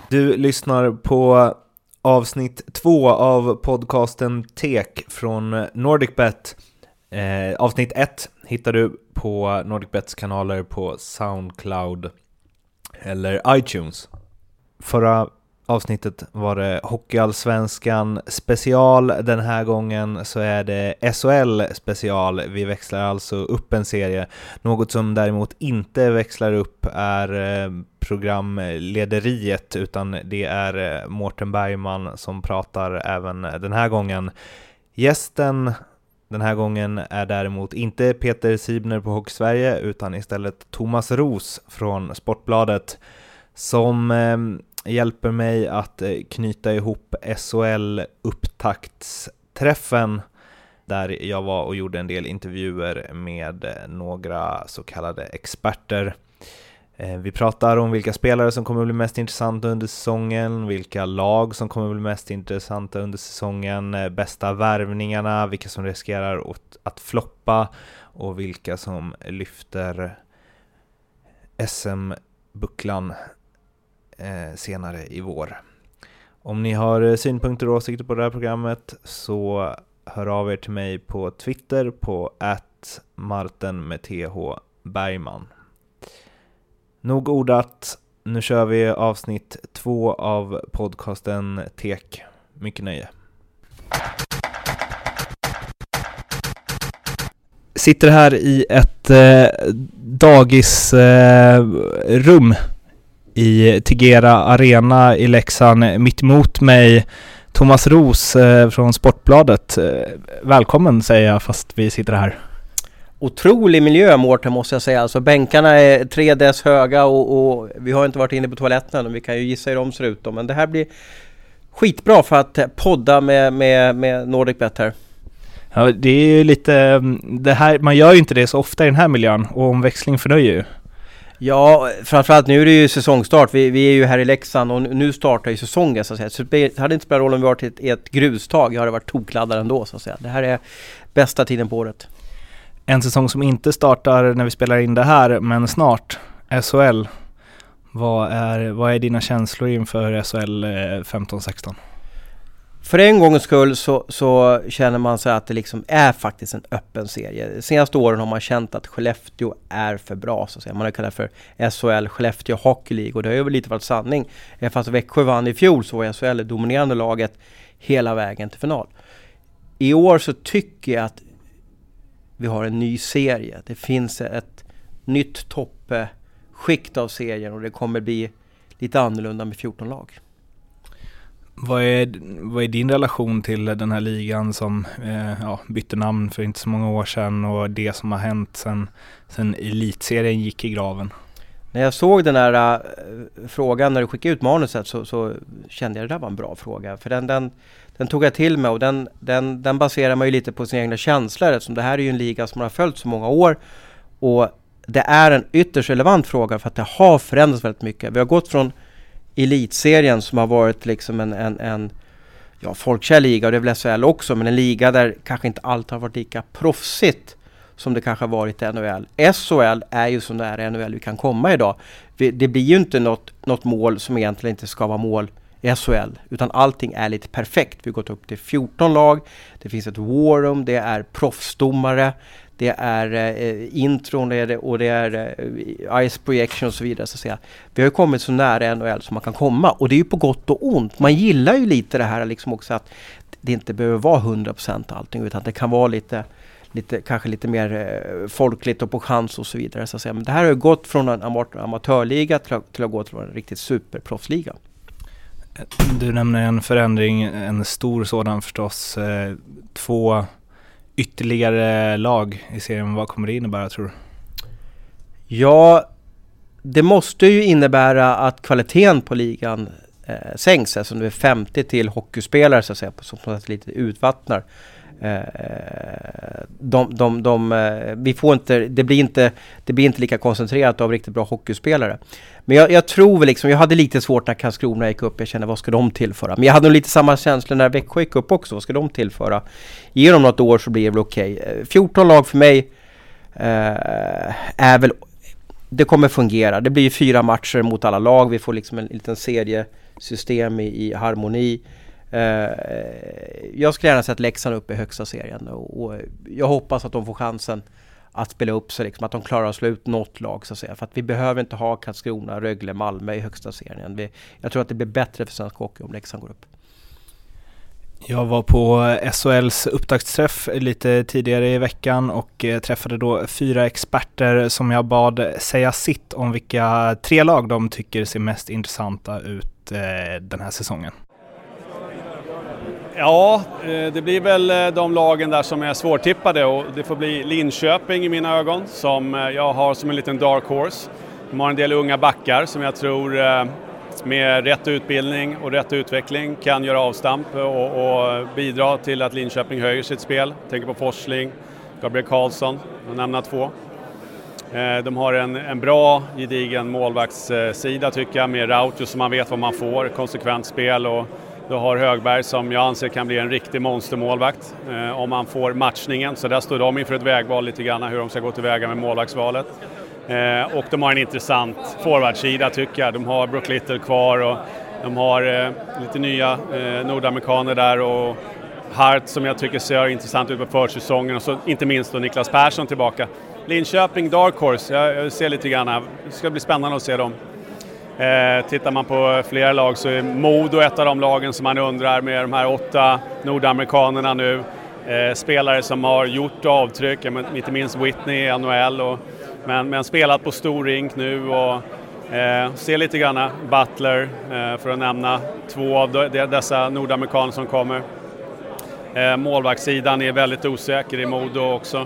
Du lyssnar på avsnitt 2 av podcasten Tek från NordicBet. Avsnitt 1 hittar du på NordicBets kanaler på Soundcloud eller iTunes. Förra avsnittet var det Hockeyallsvenskan special. Den här gången så är det SHL special. Vi växlar alltså upp en serie. Något som däremot inte växlar upp är programlederiet, utan det är Mårten Bergman som pratar även den här gången. Gästen den här gången är däremot inte Peter Sibner på Hockey Sverige, utan istället Thomas Roos från Sportbladet, som hjälper mig att knyta ihop SHL-upptaktsträffen där jag var och gjorde en del intervjuer med några så kallade experter. Vi pratar om vilka spelare som kommer att bli mest intressanta under säsongen, vilka lag som kommer att bli mest intressanta under säsongen, bästa värvningarna, vilka som riskerar att floppa och vilka som lyfter SM-bucklan senare i vår. Om ni har synpunkter och åsikter på det här programmet så hör av er till mig på Twitter på @marten_bergman. Nog ordat, nu kör vi avsnitt 2 av podcasten Tek. Mycket nöje. Sitter här i ett dagisrum i Tegera Arena i Leksand. Mitt emot mig Thomas Roos från Sportbladet. Välkommen säger jag fast vi sitter här. Otrolig miljö, Mårten, måste jag säga. Alltså, bänkarna är 3 dess höga och vi har inte varit inne på toaletten och vi kan ju gissa hur de ser ut då. Men det här blir skitbra för att podda med NordicBet här. Ja, det är ju lite det här, man gör ju inte det så ofta i den här miljön och omväxling förnöjer ju. Ja, framförallt nu är det ju säsongstart. Vi är ju här i Leksand och nu startar ju säsongen så att säga. Så det hade inte spelat roll om vi varit i ett grustag. Jag hade varit tokladdad ändå så att säga. Det här är bästa tiden på året. En säsong som inte startar när vi spelar in det här, men snart. SHL. Vad är dina känslor inför SHL 15-16? För en gångs skull så känner man sig att det liksom är faktiskt en öppen serie. De senaste åren har man känt att Skellefteå är för bra så att säga. Man har kallat för SHL, Skellefteå Hockey League, och det har ju väl lite varit sanning. Fast Växjö vann i fjol så var SHL det dominerande laget hela vägen till final. I år så tycker jag att vi har en ny serie. Det finns ett nytt toppskikt av serien och det kommer bli lite annorlunda med 14 lag. Vad är din relation till den här ligan som bytte namn för inte så många år sedan och det som har hänt sen elitserien gick i graven? När jag såg den här frågan när du skickade ut manuset så kände jag att det där var en bra fråga. För den tog jag till mig och den baserar man ju lite på sina egna känslor, eftersom det här är ju en liga som har följt så många år och det är en ytterst relevant fråga för att det har förändrats väldigt mycket. Vi har gått från elitserien som har varit liksom en folkkär liga, och det är väl SHL också, men en liga där kanske inte allt har varit lika proffsigt som det kanske har varit i NHL. SHL är ju så nära NHL vi kan komma idag. Det blir ju inte något mål som egentligen inte ska vara mål i SHL, utan allting är lite perfekt. Vi har gått upp till 14 lag, det finns ett war room, det är proffsdomare, det är intron och det är ice projection och så vidare så att säga. Vi har ju kommit så nära NHL som man kan komma, och det är ju på gott och ont. Man gillar ju lite det här liksom också, att det inte behöver vara 100% allting, utan det kan vara lite kanske lite mer folkligt och på chans och så vidare så att säga. Men det här har ju gått från en amatörliga till att gå till en riktigt superproffsliga. Du nämner en förändring, en stor sådan förstås. 2 ytterligare lag i serien. Vad kommer det innebära, tror du? Ja, det måste ju innebära att kvaliteten på ligan sänks. Alltså det är 50 till hockeyspelare så att säga, som lite utvattnar. Vi får inte, det blir inte lika koncentrerat av riktigt bra hockeyspelare. Men jag tror väl liksom, jag hade lite svårt när Karlskrona gick upp. Jag kände, vad ska de tillföra? Men jag hade nog lite samma känsla när Växjö gick upp också. Vad ska de tillföra? Ge dem något år så blir det väl okej. 14 lag för mig är väl, det kommer fungera. Det blir 4 matcher mot alla lag. Vi får liksom en liten system i harmoni. Jag skulle gärna sett Leksand upp i högsta serien och jag hoppas att de får chansen att spela upp sig, liksom, att de klarar att slå ut något lag så att säga. För att vi behöver inte ha Karlskrona, Rögle, Malmö i högsta serien. Jag tror att det blir bättre för svensk hockey om Leksand går upp. Jag var på SHLs upptaktsträff lite tidigare i veckan och träffade då 4 experter som jag bad säga sitt om vilka 3 lag de tycker ser mest intressanta ut den här säsongen. Ja, det blir väl de lagen där som är svårtippade och det får bli Linköping i mina ögon som jag har som en liten dark horse. De har en del unga backar som jag tror med rätt utbildning och rätt utveckling kan göra avstamp och bidra till att Linköping höjer sitt spel. Jag tänker på Forsling, Gabriel Karlsson, att nämna 2. De har en bra gedigen målvaktssida tycker jag med Rautio som man vet vad man får, konsekvent spel och du har Högberg som jag anser kan bli en riktig monstermålvakt om man får matchningen. Så där står de inför ett vägval lite grann hur de ska gå tillväga med målvaktsvalet. Och de har en intressant forwardsida tycker jag. De har Brook Little kvar och de har lite nya nordamerikaner där och Hart som jag tycker ser intressant ut på försäsongen och så inte minst då Niklas Persson tillbaka. Linköping, Dark Horse, jag ser lite grann. Det ska bli spännande att se dem. Tittar man på flera lag så är Modo ett av de lagen som man undrar med de här 8 nordamerikanerna nu. Spelare som har gjort avtryck, inte minst Whitney i NHL men spelat på stor rink nu och ser lite grann Butler för att nämna 2 av dessa nordamerikaner som kommer. Målvaktssidan är väldigt osäker i Modo också.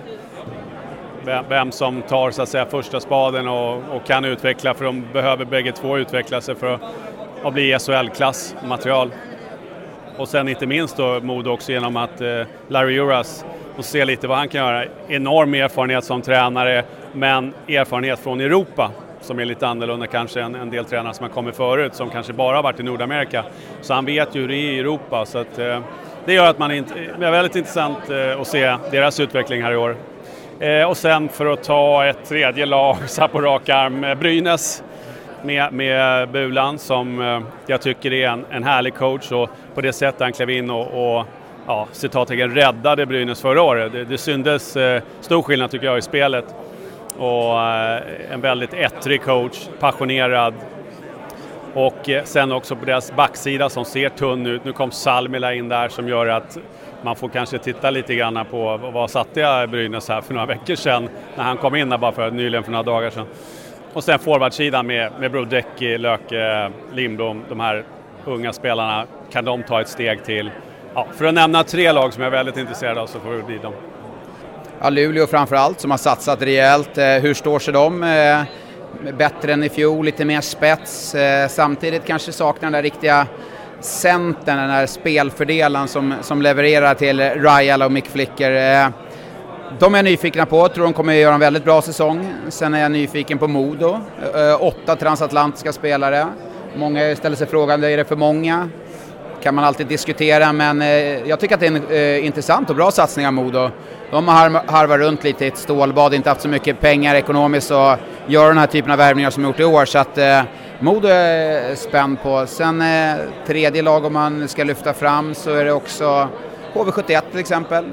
Vem som tar så att säga första spaden och kan utveckla, för de behöver bägge 2 utveckla sig för att bli SHL-klass material. Och sen inte minst då Modo också genom att Larry Uras och se lite vad han kan göra. Enorm erfarenhet som tränare men erfarenhet från Europa som är lite annorlunda kanske en del tränare som har kommit förut som kanske bara har varit i Nordamerika. Så han vet ju hur det är i Europa så att det gör att det är väldigt intressant att se deras utveckling här i år. Och sen för att ta ett tredje lag så på rak arm, Brynäs med Bulan som jag tycker är en härlig coach och på det sättet han klev in och citattecken räddade Brynäs förra året. Det syndes stor skillnad tycker jag i spelet och en väldigt ettrig coach, passionerad och sen också på deras backsida som ser tunn ut. Nu kom Salmela in där som gör att man får kanske titta lite grann på vad satte jag Brynäs här för några veckor sedan när han kom in där bara nyligen för några dagar sedan. Och sen forwardsidan med Brodecki, Löke, Lindblom, de här unga spelarna, kan de ta ett steg till? Ja, för att nämna 3 lag som jag är väldigt intresserad av så får det bli dem. Ja, Luleå framförallt som har satsat rejält. Hur står sig de? Bättre än i fjol, lite mer spets. Samtidigt kanske saknar den där riktiga centern, den här spelfördelaren som levererar till Ryal och Mick Flicker. De är jag nyfikna på, tror de kommer att göra en väldigt bra säsong. Sen är jag nyfiken på Modo, 8 transatlantiska spelare. Många ställer sig frågan, är det för många? Kan man alltid diskutera, men jag tycker att det är en intressant och bra satsning av Modo. De har harvat runt lite i ett stålbad, inte haft så mycket pengar ekonomiskt och gör den här typen av värvningar som gjort i år. Så att Modo är spänd på. Sen tredje lag om man ska lyfta fram så är det också HV71 till exempel.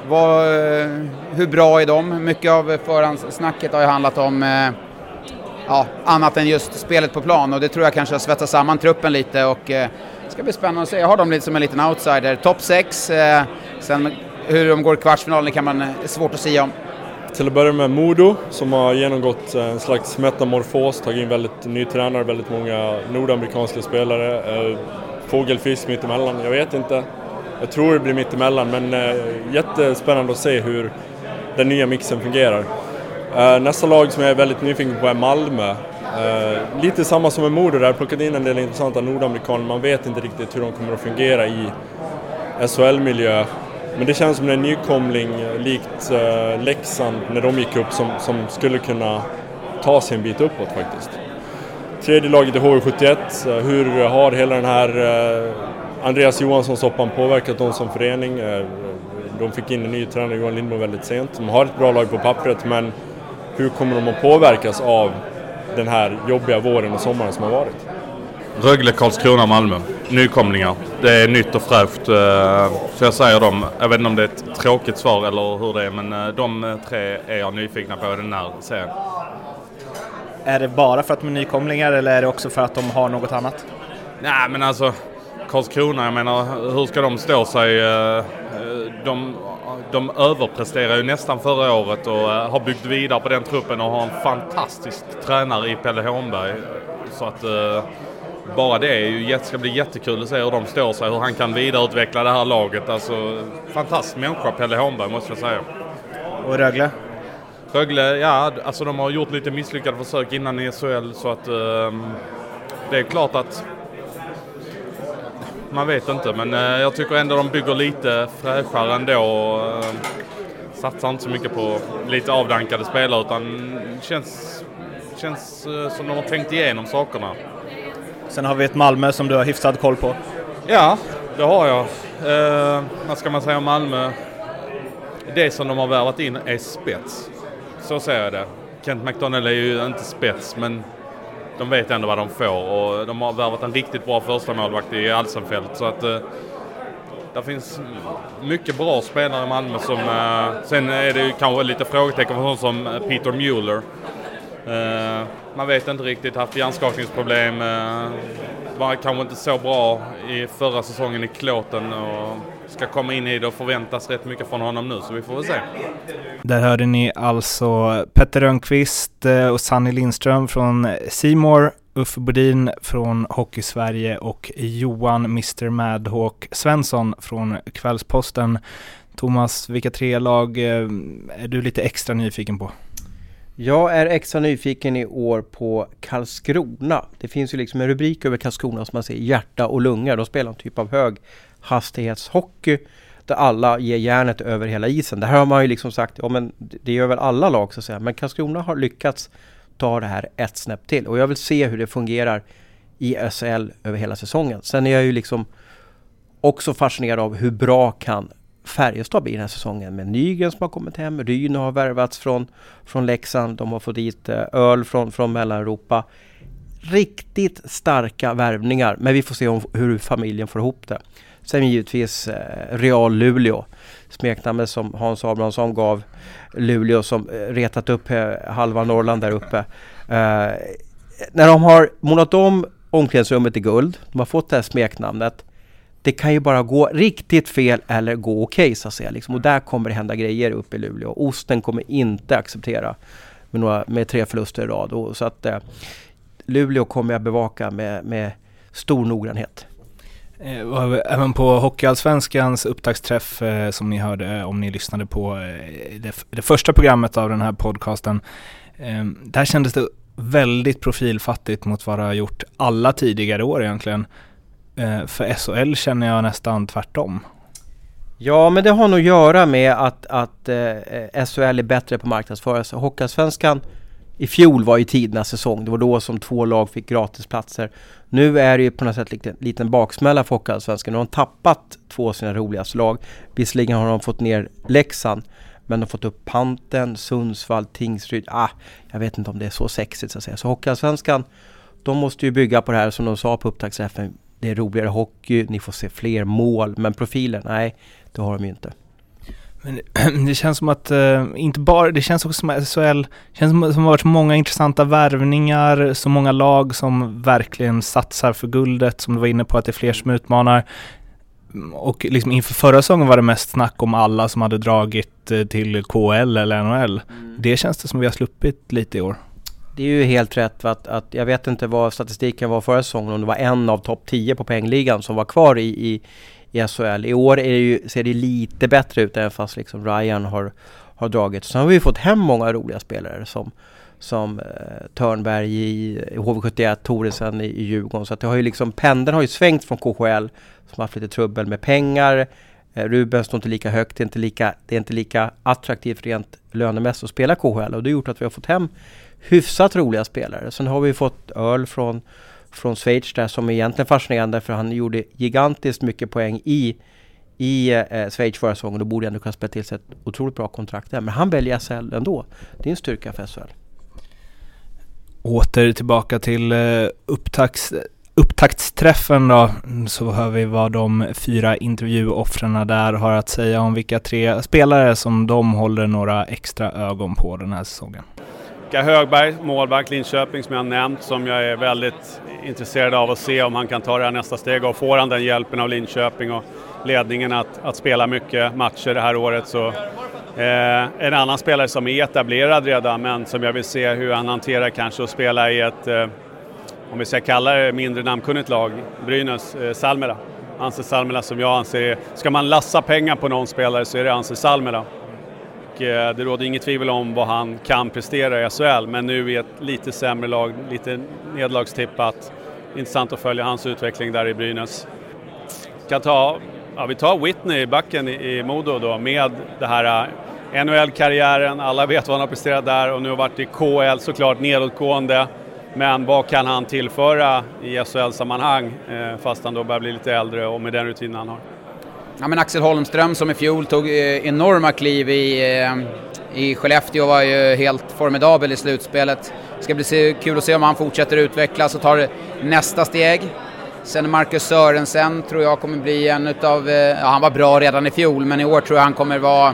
Hur bra är de? Mycket av förhandssnacket har ju handlat om annat än just spelet på plan och det tror jag kanske har svettat samman truppen lite och det ska bli spännande att se. Jag har dem lite som en liten outsider. Topp 6, sen hur de går i kvartsfinalen kan man svårt att säga om. Till att börja med Modo som har genomgått en slags metamorfos, tagit in väldigt ny tränare, väldigt många nordamerikanska spelare. Fågelfisk mittemellan, jag vet inte. Jag tror det blir mittemellan, men jättespännande att se hur den nya mixen fungerar. Nästa lag som jag är väldigt nyfiken på är Malmö. Lite samma som med Modo där, plockat in en del intressanta nordamerikaner. Man vet inte riktigt hur de kommer att fungera i SHL-miljö. Men det känns som en nykomling likt Leksand när de gick upp som skulle kunna ta sig en bit uppåt faktiskt. Tredje laget är HV71. Hur har hela den här Andreas Johansson-soppan påverkat dem som förening? De fick in en ny tränare, Johan Lindblom, väldigt sent. De har ett bra lag på pappret, men hur kommer de att påverkas av den här jobbiga våren och sommaren som har varit? Rögle, Karlskrona, Malmö. Nykomlingar. Det är nytt och fräscht. Så jag säger dem. Jag vet inte om det är ett tråkigt svar eller hur det är. Men de 3 är jag nyfikna på i den här serien. Är det bara för att de är nykomlingar eller är det också för att de har något annat? Nej, men alltså Karlskrona, jag menar, hur ska de stå sig? De överpresterar ju nästan förra året och har byggt vidare på den truppen och har en fantastisk tränare i Pelle Holmberg. Så att bara det är ju ska bli jättekul att se hur de står sig, hur han kan vidareutveckla det här laget. Alltså fantastisk människa Pelle Holmberg, måste jag säga. Och Rögle? Rögle, ja, alltså de har gjort lite misslyckade försök innan i SHL, så att det är klart att man vet inte, men jag tycker ändå de bygger lite fräschare ändå och satsar inte så mycket på lite avdankade spelare, utan känns som de har tänkt igenom sakerna. Sen har vi ett Malmö som du har hyfsad koll på. Ja, det har jag. Vad ska man säga om Malmö? Det som de har värvat in är spets. Så säger jag det. Kent McDonald är ju inte spets, men de vet ändå vad de får. Och de har värvat en riktigt bra första målvakt i Alsenfelt. Så att det finns mycket bra spelare i Malmö som... sen är det ju kanske lite frågetecken för sånt som Peter Mueller. Man vet inte riktigt, haft hjärnskakningsproblem. Var kanske inte så bra i förra säsongen i Klåten och ska komma in i det och förväntas rätt mycket från honom nu, så vi får väl se. Där hörde ni alltså Petter Rönnqvist och Sanny Lindström från C-More, Uffe Bodin från Hockey Sverige och Johan Mr. Madhawk Svensson från Kvällsposten. Thomas, vilka 3 lag är du lite extra nyfiken på? Jag är extra nyfiken i år på Karlskrona. Det finns ju liksom en rubrik över Karlskrona som man säger hjärta och lungor. De spelar en typ av höghastighetshockey där alla ger järnet över hela isen. Det här har man ju liksom sagt, ja men det gör väl alla lag så att säga. Men Karlskrona har lyckats ta det här ett snäpp till. Och jag vill se hur det fungerar i SHL över hela säsongen. Sen är jag ju liksom också fascinerad av hur bra kan Färjestad blir den här säsongen med Nygren som har kommit hem. Ryn har värvats från Leksand. De har fått dit öl från Mellaneuropa. Riktigt starka värvningar. Men vi får se hur familjen får ihop det. Sen givetvis Real Luleå. Smeknamnet som Hans Abrahamsson gav Luleå som retat upp halva Norrland där uppe. När de har målat om omklädningsrummet i guld. De har fått det här smeknamnet. Det kan ju bara gå riktigt fel eller gå okej, så att säga. Liksom. Och där kommer det hända grejer uppe i Luleå. Osten kommer inte acceptera med 3 förluster i rad. Och så att Luleå kommer jag bevaka med stor noggrannhet. Även på Hockeyallsvenskans upptaktsträff som ni hörde om ni lyssnade på det första programmet av den här podcasten. Där kändes det väldigt profilfattigt mot vad det har gjort alla tidigare år egentligen. För SHL känner jag nästan tvärtom. Ja, men det har nog att göra med att SHL är bättre på marknadsförelse. Hockeyallsvenskan i fjol var ju tidernas säsong. Det var då som 2 lag fick gratisplatser. Nu är det ju på något sätt en liten baksmälla för Hockeyallsvenskan. De har tappat 2 av sina roligaste lag. Visserligen har de fått ner Leksand, men de har fått upp Panten, Sundsvall, Tingsryd. Jag vet inte om det är så sexigt så att säga. Så Hockeyallsvenskan, de måste ju bygga på det här som de sa på upptaktsträffen. Det är roligare hockey, ni får se fler mål, men profilen, nej, det har de ju inte. Men det känns som att inte bara, det känns också som att SHL känns som att det har varit så många intressanta värvningar, så många lag som verkligen satsar för guldet, som du var inne på, att det är fler som utmanar. Och liksom inför förra säsongen var det mest snack om alla som hade dragit till KL eller NHL. Det känns det som vi har sluppit lite i år. Det är ju helt rätt för att jag vet inte vad statistiken var förra säsongen, om det var en av topp 10 på poängligan som var kvar i SHL. I år ser det lite bättre ut, även fast liksom Ryan har dragit. Så har vi fått hem många roliga spelare som Törnberg i HV71, Thoresen i Djurgården. Så att det har ju liksom, pendeln har ju svängt från KHL som har haft lite trubbel med pengar. Ruben står inte lika högt, det är inte lika attraktivt rent lönemässigt att spela KHL, och det har gjort att vi har fått hem hyfsat roliga spelare. Sen har vi fått öl från Schweiz där, som är egentligen fascinerande, för han gjorde gigantiskt mycket poäng i Schweiz förra säsongen. Då borde han ändå kunna spela till sig ett otroligt bra kontrakt där. Men han väljer SHL ändå. Det är en styrka för SHL. Åter tillbaka till upptaktsträffen då, så hör vi vad de 4 intervjuoffrarna där har att säga om vilka 3 spelare som de håller några extra ögon på den här säsongen. Högberg, målback Linköping som jag nämnt, som jag är väldigt intresserad av att se om han kan ta det här nästa steg, och får han den hjälpen av Linköping och ledningen att spela mycket matcher det här året, så en annan spelare som är etablerad redan, men som jag vill se hur han hanterar kanske att spela i ett, om vi ska kalla det mindre namnkunnigt lag, Brynäs, Salmela. Anse Salmela som jag anser, ska man lassa pengar på någon spelare så är det Anse Salmela. Det råder inget tvivel om vad han kan prestera i SHL, men nu i ett lite sämre lag, lite nedlagstippat. Intressant att följa hans utveckling där i Brynäs. Vi tar Whitney i backen i Modo då, med det här NHL-karriären. Alla vet vad han har presterat där, och nu har varit i KL såklart nedåtgående. Men vad kan han tillföra i SHL-sammanhang fast han då börjar bli lite äldre och med den rutinen han har? Ja, men Axel Holmström som i fjol tog enorma kliv i Skellefteå var ju helt formidabel i slutspelet. Det ska bli kul att se om han fortsätter utvecklas och tar nästa steg. Sen Marcus Sörensen tror jag kommer bli en utav, han var bra redan i fjol, men i år tror jag han kommer vara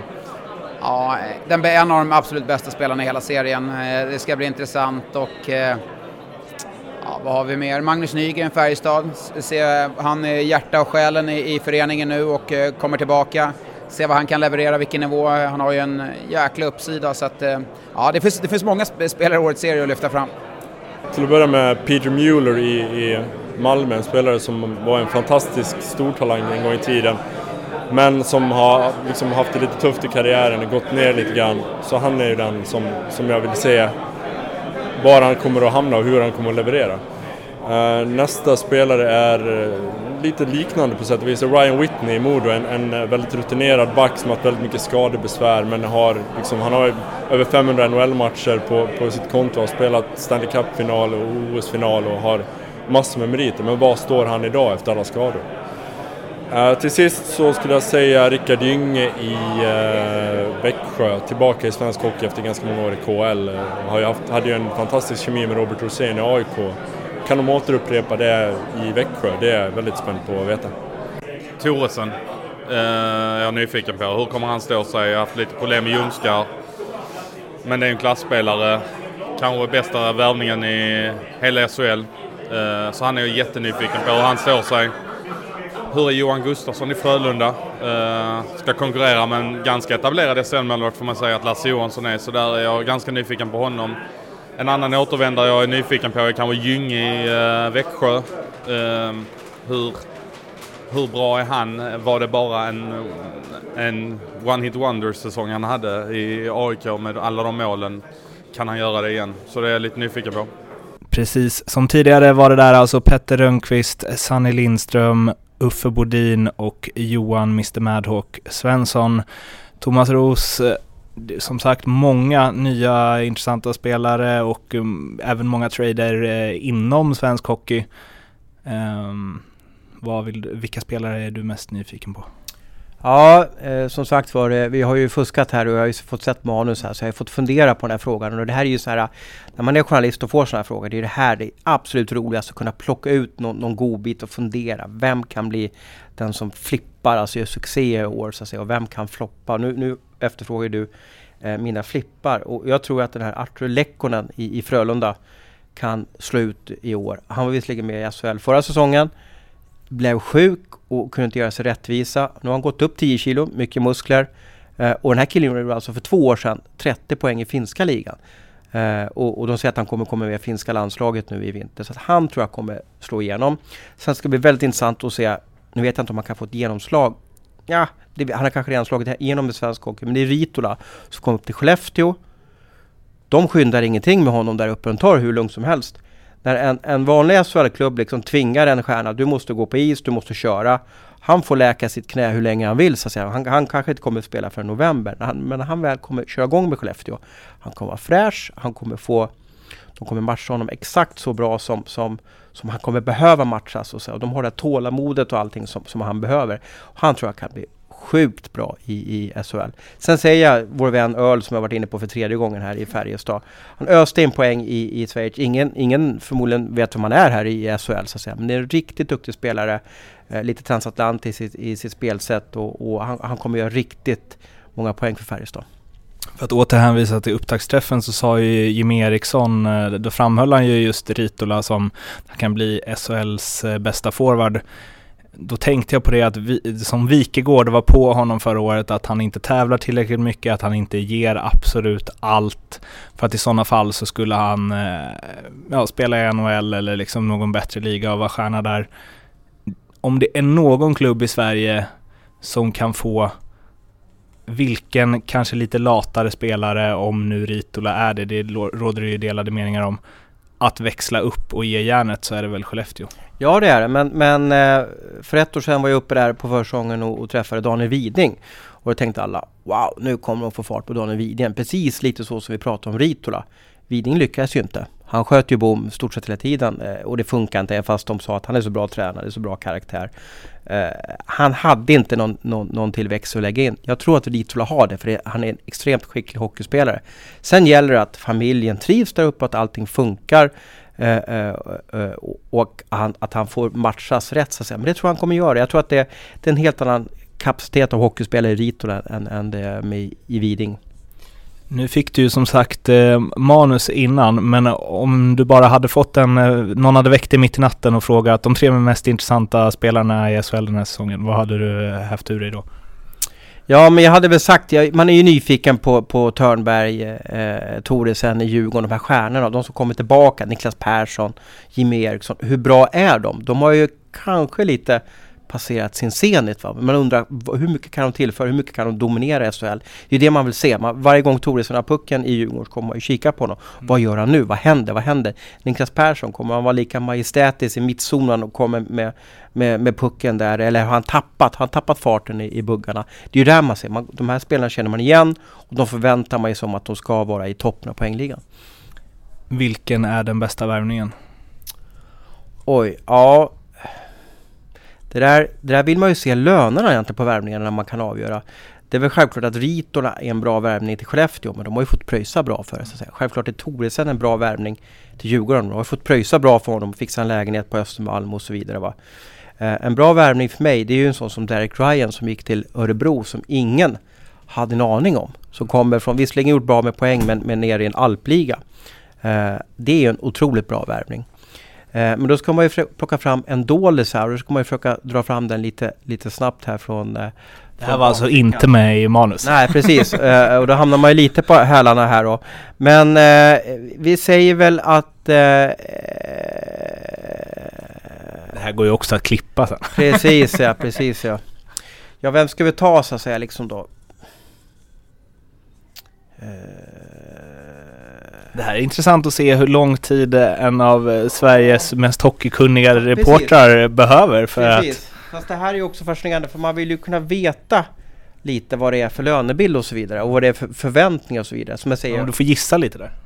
en av de absolut bästa spelarna i hela serien. Det ska bli intressant. Och vad har vi mer? Magnus Nygren, Färjestad. Han är hjärta och själen i föreningen nu och kommer tillbaka. Se vad han kan leverera, vilken nivå. Han har ju en jäkla uppsida. Så att, det finns många spelare i årets serie att lyfta fram. Till att börja med Peter Mueller i Malmö, en spelare som var en fantastisk stor talang en gång i tiden. Men som har liksom haft det lite tufft i karriären och gått ner lite grann. Så han är ju den som jag vill se var han kommer att hamna och hur han kommer att leverera. Nästa spelare är lite liknande på sätt och vis. Ryan Whitney i Modo, en väldigt rutinerad back som har väldigt mycket skadebesvär, men han har över 500 NHL-matcher på sitt konto, har spelat Stanley Cup-final och OS-final och har massor med meriter. Men var står han idag efter alla skador? Till sist så skulle jag säga Rickard Gynge i Växjö, tillbaka i svensk hockey efter ganska många år i KL. Hade ju en fantastisk kemi med Robert Rosén i AIK. Kan de återupprepa det i Växjö? Det är jag väldigt spänd på att veta. Thoresen, jag är nyfiken på. Hur kommer han stå sig? Jag har haft lite problem med Ljungskar. Men det är en klassspelare. Kanske bästa värvningen i hela SHL. Så han är ju jättenyfiken på hur han står sig. Hur är Johan Gustafsson i Frölunda? Ska konkurrera med en ganska etablerad SHL-målvakt, får man säga att Lasse Johansson är. Så där är jag ganska nyfiken på honom. En annan återvändare jag är nyfiken på är kanske Gynge i Växjö. Hur bra är han? Var det bara en one-hit wonder-säsong han hade i AIK med alla de målen? Kan han göra det igen? Så det är jag lite nyfiken på. Precis som tidigare var det där alltså Petter Rönnqvist, Sanny Lindström, Uffe Bodin och Johan Mr. Madhawk Svensson. Thomas Roos, som sagt många nya intressanta spelare och även många trader inom svensk hockey. Vilka spelare är du mest nyfiken på? Ja, som sagt var, vi har ju fuskat här och jag har ju fått sett manus här, så jag har fått fundera på den här frågan. Och det här är ju så här, när man är journalist och får sådana här frågor, det är det här det är absolut roligast, att kunna plocka ut någon godbit och fundera. Vem kan bli den som flippar, alltså gör succé i år så att säga, och vem kan floppa? Nu efterfrågar du mina flippar, och jag tror att den här Artur Lekkonen i Frölunda kan slå ut i år. Han var visserligen med i SHL förra säsongen, blev sjuk och kunde inte göra sig rättvisa. Nu har han gått upp 10 kilo, mycket muskler. Och den här killen gjorde alltså för 2 år sedan 30 poäng i finska ligan. Och de säger att han kommer komma med finska landslaget nu i vinter. Så att han tror jag kommer slå igenom. Sen ska det bli väldigt intressant att se, nu vet jag inte om han kan få ett genomslag. Ja, han har kanske redan slagit igenom med svensk hockey, men det är Ritola som kom upp till Skellefteå. De skyndar ingenting med honom där uppe, och tar hur lugnt som helst. När en vanlig SHL-klubb liksom tvingar en stjärna, du måste gå på is, du måste köra. Han får läka sitt knä hur länge han vill så att säga. Han kanske inte kommer att spela för november, men han väl kommer köra igång med Skellefteå. Han kommer vara fräsch, de kommer matcha honom exakt så bra som han kommer behöva matchas. Och de har det tålamodet och allting som han behöver. Han tror jag kan bli sjukt bra i SHL. Sen säger jag vår vän Öl som jag varit inne på för 3:e gången här i Färjestad. Han öste in poäng i Schweiz. Ingen förmodligen vet vem man är här i SHL så att säga. Men det är en riktigt duktig spelare. Lite transatlantisk i sitt spelsätt och han kommer göra riktigt många poäng för Färjestad. För att återhänvisa till upptaktsträffen så sa ju Jimmy Eriksson, då framhöll han ju just Ritola som kan bli SHLs bästa forward. Då tänkte jag på det att som Wikegård var på honom förra året att han inte tävlar tillräckligt mycket, att han inte ger absolut allt. För att i sådana fall så skulle han spela i NHL eller liksom någon bättre liga och vara stjärna där. Om det är någon klubb i Sverige som kan få vilken kanske lite latare spelare, om nu Ritola är det råder det ju delade meningar om, att växla upp och ge järnet, så är det väl Skellefteå. Ja det är det, men för 1 år sedan var jag uppe där på försäsongen och träffade Daniel Widing. Och då tänkte alla, wow, nu kommer de få fart på Daniel Widing. Precis lite så som vi pratade om Ritola. Widing lyckades ju inte. Han sköt ju bom stort sett hela tiden och det funkar inte, fast de sa att han är så bra tränare, så bra karaktär. Han hade inte någon tillväxt att lägga in. Jag tror att Ritola har det, för han är en extremt skicklig hockeyspelare. Sen gäller det att familjen trivs där uppe, att allting funkar och att han får matchas rätt så att säga. Men det tror jag han kommer göra. Jag tror att det är en helt annan kapacitet av hockeyspelare i Ritola än det är med i Widing. Nu fick du ju som sagt manus innan, men om du bara hade fått någon hade väckt dig mitt i natten och frågat de 3 mest intressanta spelarna i SHL den här säsongen, vad hade du haft ur dig då? Ja, men jag hade väl sagt, man är ju nyfiken på Törnberg, Thoresen i Djurgården, de här stjärnorna, de som kommer tillbaka, Niklas Persson, Jimmy Eriksson, hur bra är de? De har ju kanske lite passerat sin zenit, va? Man undrar hur mycket kan de tillföra, hur mycket kan de dominera SHL? Det är det man vill se. Varje gång Thoresen har pucken i Djurgården kommer man ju kika på honom. Vad gör han nu? Vad händer? Niklas Persson, kommer han vara lika majestätisk i mittzonen och kommer med pucken där, eller har han tappat farten i buggarna? Det är ju där man ser. De här spelarna känner man igen och de förväntar man ju som att de ska vara i toppen av poängligan. Vilken är den bästa värvningen? Oj, ja. Det där vill man ju se lönerna egentligen på värvningarna när man kan avgöra. Det är väl självklart att Ritola är en bra värvning till Skellefteå, men de har ju fått pröjsa bra för det så att säga. Självklart är Thoresen en bra värvning till Djurgården. De har ju fått pröjsa bra för honom och fixa en lägenhet på Östermalm och så vidare, va. En bra värvning för mig, det är ju en sån som Derek Ryan som gick till Örebro som ingen hade en aning om. Som kommer från, visserligen gjort bra med poäng men ner i en alpliga. Det är ju en otroligt bra värvning. Men då ska man ju plocka fram en dålis här och då ska man ju försöka dra fram den lite snabbt här från... Det här var alltså inte med i manus. Nej, precis. Och då hamnar man ju lite på hälarna här då. Men vi säger väl att... Det här går ju också att klippa sen. Precis ja. Ja, vem ska vi ta så att säga liksom då? Det här är intressant att se hur lång tid en av Sveriges mest hockeykunniga reportrar behöver för att... Fast det här är ju också fascinerande, för man vill ju kunna veta lite vad det är för lönebild och så vidare och vad det är för förväntningar och så vidare. Som jag säger. Om du får gissa lite där.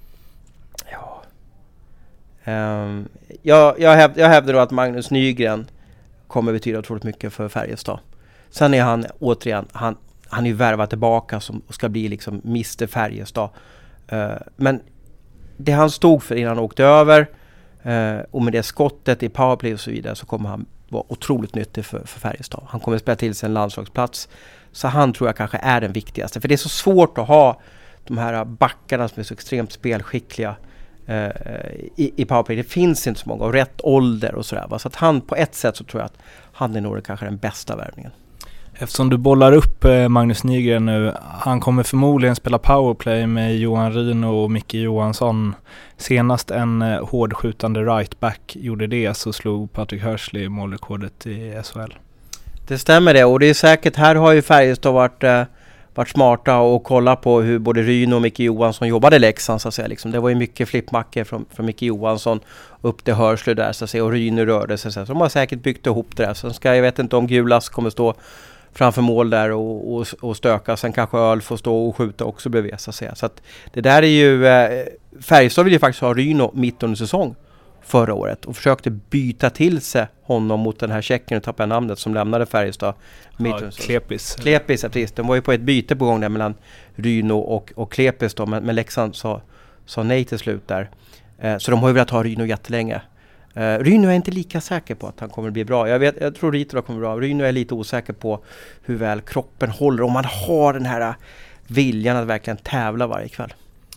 Ja. Jag hävdar då att Magnus Nygren kommer betyda otroligt mycket för Färjestad. Sen är han återigen, han är ju värvad tillbaka som ska bli liksom Mr. Färjestad. Men det han stod för innan han åkte över och med det skottet i powerplay och så vidare, så kommer han vara otroligt nyttig för Färjestad. Han kommer spela till sig en landslagsplats, så han tror jag kanske är den viktigaste, för det är så svårt att ha de här backarna som är så extremt spelskickliga i powerplay. Det finns inte så många och rätt ålder och sådär, va? Så att han på ett sätt så tror jag att han är nog kanske den bästa värvningen. Eftersom du bollar upp Magnus Nygren nu, han kommer förmodligen spela powerplay med Johan Rino och Micke Johansson. Senast en hårdskjutande rightback gjorde det, så slog Patrick Hörsley målrekordet i SHL. Det stämmer det, och det är säkert, här har ju Färjestad varit smarta och kolla på hur både Rino och Micke Johansson jobbade i Leksand så att säga. Liksom. Det var ju mycket flippmackor från Micke Johansson upp till Hörsley där så att säga, och Rino rörde sig så de har säkert byggt ihop det där. Så jag vet inte om Gulas kommer stå framför mål där och stöka. Sen kanske Öl får stå och skjuta också bredvid så att säga. Så att det där är ju... Färjestad vill ju faktiskt ha Rino mitt under säsong förra året och byta till sig honom mot den här tjecken, och tappade namnet, som lämnade Färjestad. Klepis. Klepis, precis. De var ju på ett byte på gång där mellan Ryno och Klepis då, men Leksand sa nej till slut där. Så de har ju velat ha Ryno jättelänge. Ryno är inte lika säker på att han kommer att bli bra. Jag tror Ritola kommer bra. Ryno är lite osäker på hur väl kroppen håller, om man har den här viljan att verkligen tävla varje kväll.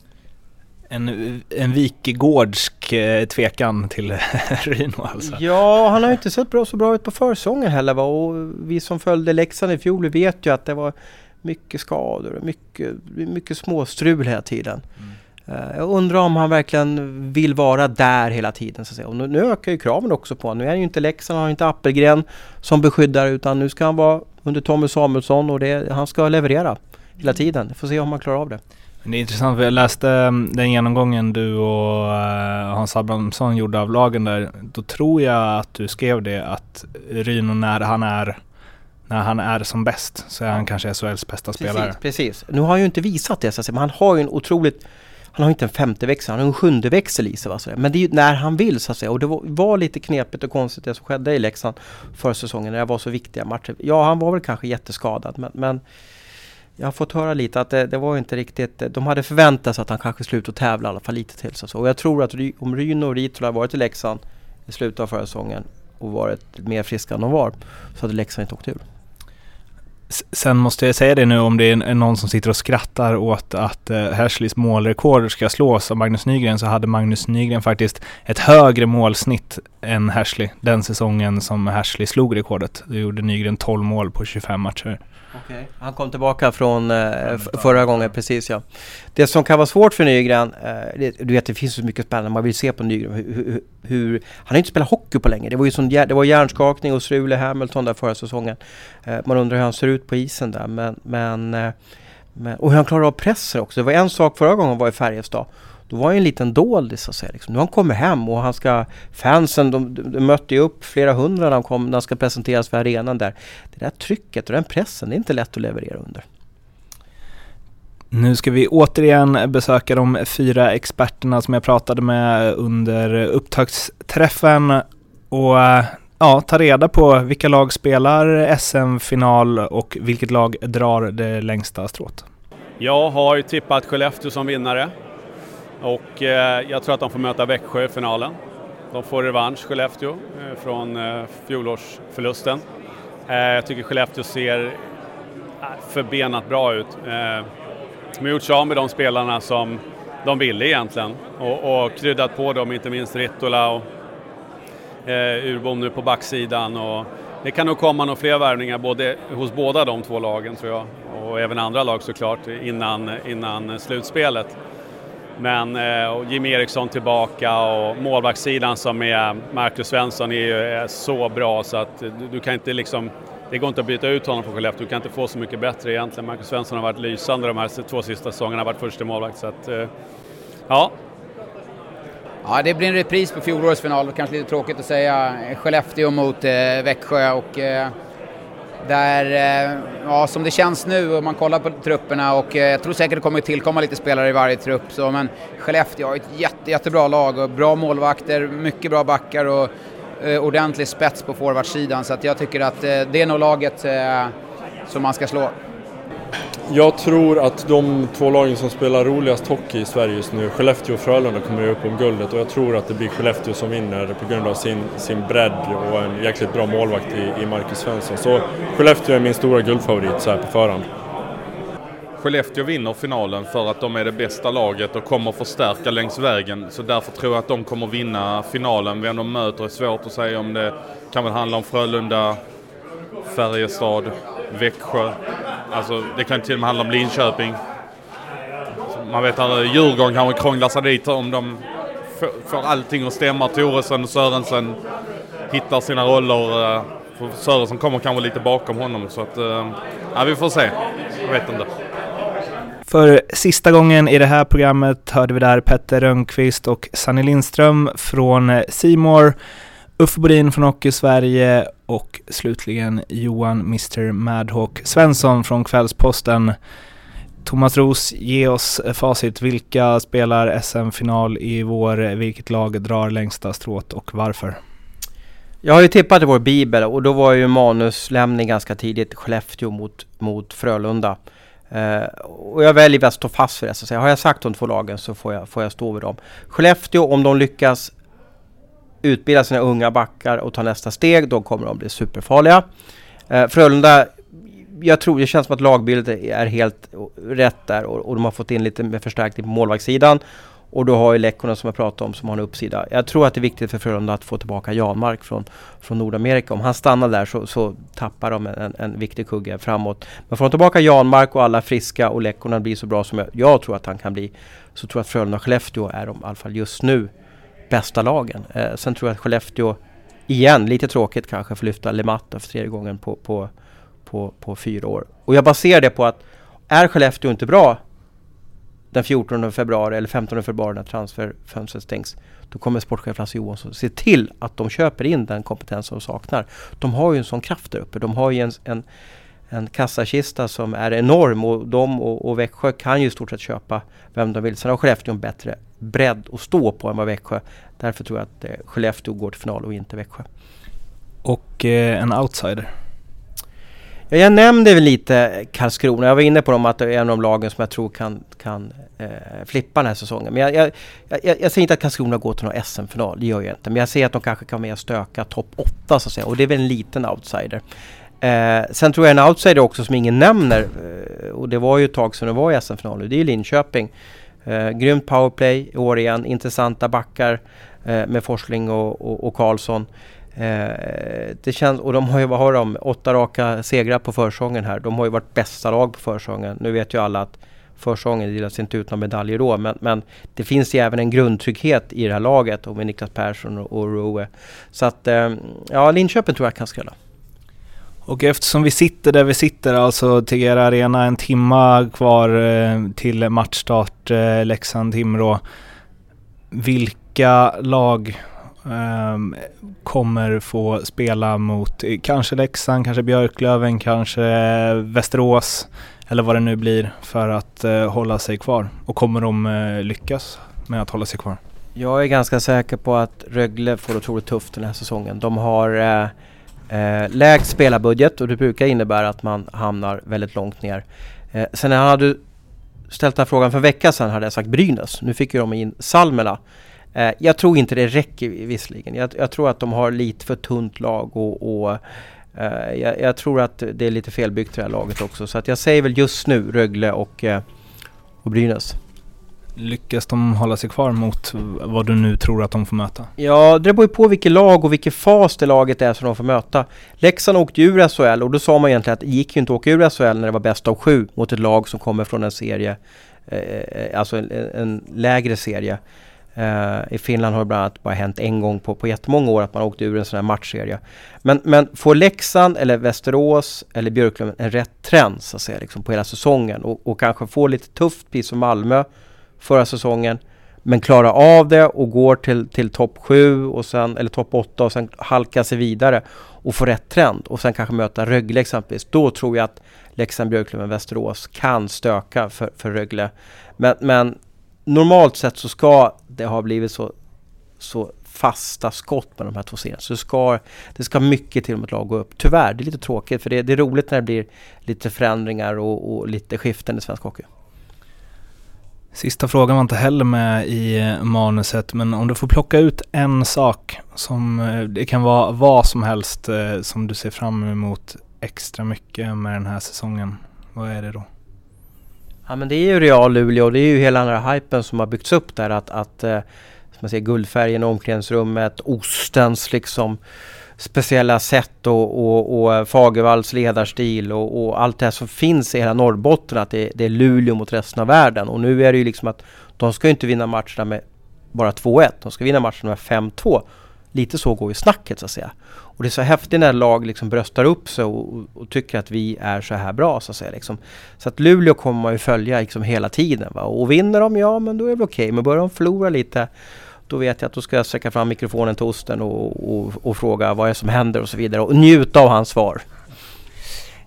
En Wikegårdsk tvekan till Ryno alltså. Ja, han har ju inte sett så bra ut på försäsongen heller, va? Och vi som följde Leksand i fjol vet ju att det var mycket skador och mycket småstrul hela tiden. Jag undrar om han verkligen vill vara där hela tiden, så att säga. Och nu ökar ju kraven också på honom. Nu är han ju inte Leksand, han har inte Appelgren som beskyddar, utan nu ska han vara under Tommy Samuelsson, och han ska leverera hela tiden. Vi får se om han klarar av det. Det är intressant, för jag läste den genomgången du och Hans Abrahamsson gjorde av lagen där. Då tror jag att du skrev det, att Ryno när han är som bäst så är han kanske SHLs bästa spelare. Precis. Nu har han ju inte visat det, så att säga, men han har ju han har inte en 5:e växel, han har en 7:e växel i sig, va? Men det är ju när han vill, så att säga. Och det var lite knepigt och konstigt det som skedde i Leksand förra säsongen när det var så viktiga matcher. Ja, han var väl kanske jätteskadad, men jag har fått höra lite att det var inte riktigt, de hade förväntat sig att han kanske slutar tävla i alla fall lite till. Så. Och jag tror att om Ryno och Ritola hade varit i Leksand i slutet av förra säsongen och varit mer friska än de var, så hade Leksand inte åkt ur. Sen måste jag säga det nu, om det är någon som sitter och skrattar åt att Härsleys målrekord ska slås av Magnus Nygren, så hade Magnus Nygren faktiskt ett högre målsnitt än Hersley den säsongen som Hersley slog rekordet. Det gjorde Nygren 12 mål på 25 matcher. Okay. Han kom tillbaka från förra gången, precis, ja. Det som kan vara svårt för Nygren, du vet, det finns så mycket spännande man vill se på Nygren, hur han har inte spelat hockey på länge. Det var hjärnskakning och strul i Hamilton där förra säsongen. Man undrar hur han ser ut på isen där, men och hur han klarar av presser också. Det var en sak förra gången han var i Färjestad. Då var ju en liten doldis, så att säga. Liksom. Nu har han kommit hem och fansen, de mötte ju upp flera hundra när han ska presenteras för arenan där. Det där trycket och den pressen, det är inte lätt att leverera under. Nu ska vi återigen besöka de 4 experterna som jag pratade med under upptaktsträffen och ta reda på vilka lag spelar SM-final och vilket lag drar det längsta strået. Jag har ju tippat Skellefteå som vinnare. Och jag tror att de får möta Växjö i finalen. De får revansch, Skellefteå, från fjolårsförlusten. Jag tycker Skellefteå ser förbenat bra ut. De har gjort sig av med de spelarna som de ville egentligen. Och kryddat på dem, inte minst Ritola och Urbom nu på backsidan. Och det kan nog komma några fler värvningar hos båda de 2 lagen, tror jag. Och även andra lag såklart innan slutspelet. Men Jim Eriksson tillbaka och målvaktssidan som är Marcus Svensson är så bra så att du kan inte liksom, det går inte att byta ut honom på Skellefteå. Du kan inte få så mycket bättre egentligen. Marcus Svensson har varit lysande de här 2 sista säsongerna, har varit första målvakt, så att ja. Ja, det blir en repris på fjolårets final, kanske lite tråkigt att säga. Skellefteå mot Växjö och där, som det känns nu om man kollar på trupperna, och jag tror säkert det kommer tillkomma lite spelare i varje trupp, så, men Skellefteå har ett jättebra lag och bra målvakter, mycket bra backar och ordentlig spets på forwardsidan, så att jag tycker att det är nog laget som man ska slå. Jag tror att de 2 lagen som spelar roligast hockey i Sverige just nu, Skellefteå och Frölunda, kommer upp om guldet, och jag tror att det blir Skellefteå som vinner på grund av sin bredd och en jäkligt bra målvakt i Marcus Svensson. Så Skellefteå är min stora guldfavorit så här på förhand. Skellefteå vinner finalen för att de är det bästa laget och kommer förstärka längs vägen. Så därför tror jag att de kommer vinna finalen. Vem de möter är svårt att säga, om det kan väl handla om Frölunda, Färjestad, Växjö. Alltså det kan till och med handla om Linköping. Man vet att Djurgården kan krångla sig dit om de får allting att stämma. Thoresen och Sörensen hittar sina roller. Sörensen kommer kanske lite bakom honom. Så att, vi får se. Jag vet inte. För sista gången i det här programmet hörde vi där Petter Rönnqvist och Sanny Lindström från C-More, Uffe Bodin från Hockey Sverige och slutligen Johan Mr. Madhawk Svensson från Kvällsposten. Thomas Roos, ge oss facit. Vilka spelar SM-final i vår? Vilket lag drar längsta strået och varför? Jag har ju tippat i vår bibel och då var ju manuslämning ganska tidigt. Skellefteå mot Frölunda. Och jag väljer att stå fast för det. Så har jag sagt de två lagen så får jag stå vid dem. Skellefteå, om de lyckas utbilda sina unga backar och ta nästa steg, då kommer de bli superfarliga. Frölunda, jag tror det känns som att lagbildet är helt rätt där och de har fått in lite med förstärkning på målvaktssidan. Och då har ju Lekkonen som jag pratade om som har en uppsida. Jag tror att det är viktigt för Frölunda att få tillbaka Janmark från Nordamerika. Om han stannar där så tappar de en viktig kugge framåt. Men får de tillbaka Janmark och alla friska och Lekkonen blir så bra som jag tror att han kan bli, så tror jag att Frölunda och Skellefteå är de i alla fall just nu bästa lagen. Sen tror jag att Skellefteå igen, lite tråkigt kanske, för lyfta Lematta för tredje gången på 4 år. Och jag baserar det på att är Skellefteå inte bra den 14 februari eller 15 februari när transferfönstret stängs, då kommer sportchef Lasse Johansson se till att de köper in den kompetens som de saknar. De har ju en sån kraft där uppe. De har ju en kassakista som är enorm och de och Växjö kan ju i stort sett köpa vem de vill. Sen har Skellefteå en bättre bredd att stå på än vad Växjö. Därför tror jag att Skellefteå går till final och inte Växjö. Och en outsider? Ja, jag nämnde väl lite Karlskrona. Jag var inne på dem att det är en av de lagen som jag tror kan flippa den här säsongen. Men jag säger inte att Karlskrona går till någon SM-final. Det gör jag inte. Men jag säger att de kanske kan med stöka topp 8 så att säga. Och det är väl en liten outsider. Sen tror jag en outsider också som ingen nämner. Och det var ju ett tag sedan det var i SM-final. Det är Linköping. Grymt powerplay i år igen. Intressanta backar med Forsling och Karlsson. Det känns, och de har ju, vad har de? 8 raka segrar på försången här. De har ju varit bästa lag på försången. Nu vet ju alla att försången delas inte ut några medaljer då. Men det finns ju även en grundtrygghet i det här laget. Och med Niklas Persson och Roe. Så att, ja, Linköping tror jag kan skrälla. Och eftersom vi sitter där vi sitter, alltså Tegera Arena, en timma kvar till matchstart, Leksand-Timrå. Vilka lag kommer få spela mot kanske Leksand, kanske Björklöven, kanske Västerås eller vad det nu blir för att hålla sig kvar? Och kommer de lyckas med att hålla sig kvar? Jag är ganska säker på att Rögle får otroligt tufft den här säsongen. De har lägst spelarbudget och det brukar innebära att man hamnar väldigt långt ner. Sen när han hade ställt den här frågan för en vecka sedan hade jag sagt Brynäs. Nu fick ju de in Salmela. Jag tror inte det räcker visserligen. Jag tror att de har lite för tunt lag och jag tror att det är lite felbyggt det här laget också. Så att jag säger väl just nu Rögle och Brynäs. Lyckas de hålla sig kvar mot vad du nu tror att de får möta? Ja, det beror på vilket lag och vilken fas det laget är som de får möta. Leksand åkte ur SHL och då sa man egentligen att det gick ju inte att åka ur SHL när det var bäst av 7 mot ett lag som kommer från en serie, alltså en lägre serie. I Finland har det bland annat bara hänt en gång på jättemånga år att man åkte ur en sån här matchserie. Men får Leksand eller Västerås eller Björklöven en rätt trend så att säga, liksom på hela säsongen och kanske få lite tufft precis som Malmö förra säsongen, men klara av det och går till topp 7 och sen, eller topp 8 och sen halka sig vidare och få rätt trend och sen kanske möta Rögle exempelvis. Då tror jag att Leksand, Björklöven, Västerås kan stöka för Rögle. Men normalt sett så ska det ha blivit så fasta skott med de här två serierna. Så det ska mycket till om ett lag gå upp. Tyvärr, det är lite tråkigt för det är roligt när det blir lite förändringar och lite skiften i svensk hockey. Sista frågan var inte heller med i manuset, men om du får plocka ut en sak som det kan vara vad som helst som du ser fram emot extra mycket med den här säsongen, vad är det då? Ja, men det är ju Real Luleå, det är ju hela den här hypen som har byggts upp där att som man säger, guldfärgen, omklädningsrummet, ostens liksom speciella sätt och Fagervalls ledarstil och allt det här som finns i hela Norrbotten, att det är Luleå mot resten av världen. Och nu är det ju liksom att de ska ju inte vinna matcherna med bara 2-1, de ska vinna matcherna med 5-2. Lite så går ju snacket så att säga. Och det är så häftigt när lag liksom bröstar upp sig och tycker att vi är så här bra så att säga. Liksom. Så att Luleå kommer man ju följa liksom hela tiden. Va? Och vinner de, ja men då är det okej. Men börjar de förlora lite, då vet jag att då ska jag sträcka fram mikrofonen till Osten och fråga vad är som händer och så vidare. Och njuta av hans svar.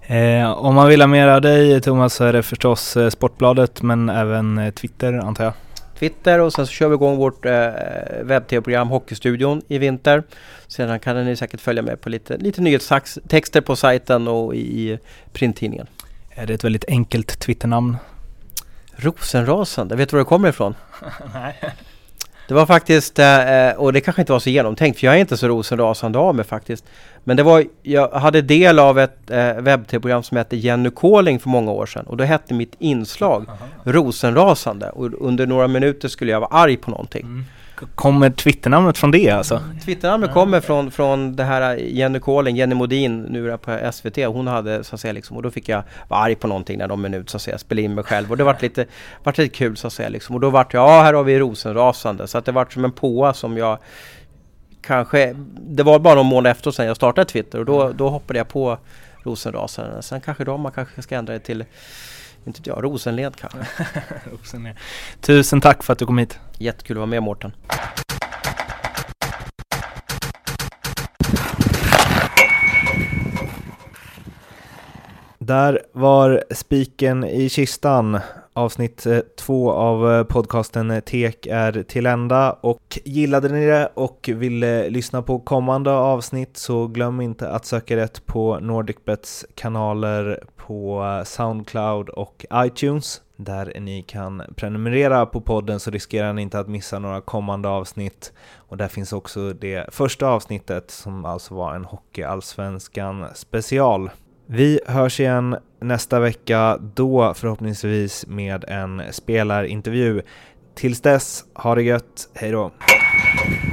Om man vill ha mer av dig, Thomas, så är det förstås Sportbladet, men även Twitter, antar jag. Twitter, och sen så kör vi igång vårt webb-tv-program Hockeystudion i vinter. Sedan kan ni säkert följa med på lite nyhetstexter på sajten och i printtidningen. Är det ett väldigt enkelt Twitternamn? Rosenrasande, vet du var det kommer ifrån? Nej. Det var faktiskt, och det kanske inte var så genomtänkt, för jag är inte så rosenrasande av mig faktiskt. Men det var, jag hade del av ett webb-tv-program som hette Jenny Calling för många år sedan. Och då hette mitt inslag Rosenrasande. Och under några minuter skulle jag vara arg på någonting. Kommer Twitternamnet från det alltså? Twitternamnet kommer från det här Jenny Calling, Jenny Modin, nu är på SVT. Hon hade så att säga liksom, och då fick jag vara arg på någonting när de minut så att säga spelade in mig själv. Och det vart lite kul så att säga liksom. Och då vart jag, här har vi rosenrasande. Så att det vart som en påa som jag kanske, det var bara någon månad efter sen jag startade Twitter. Och då hoppade jag på rosenrasande. Sen kanske man kanske ska ändra det till, inte jag, Rosenled kanske. Rosenled. Tusen tack för att du kom hit. Jättekul att vara med, Mårten. Där var spiken i kistan. Avsnitt 2 av podcasten Tek är till ända, och gillade ni det och ville lyssna på kommande avsnitt så glöm inte att söka rätt på NordicBets kanaler på SoundCloud och iTunes, där ni kan prenumerera på podden så riskerar ni inte att missa några kommande avsnitt. Och där finns också det första avsnittet som alltså var en Hockeyallsvenskan special. Vi hörs igen nästa vecka, då förhoppningsvis med en spelarintervju. Tills dess, ha det gött, hej då!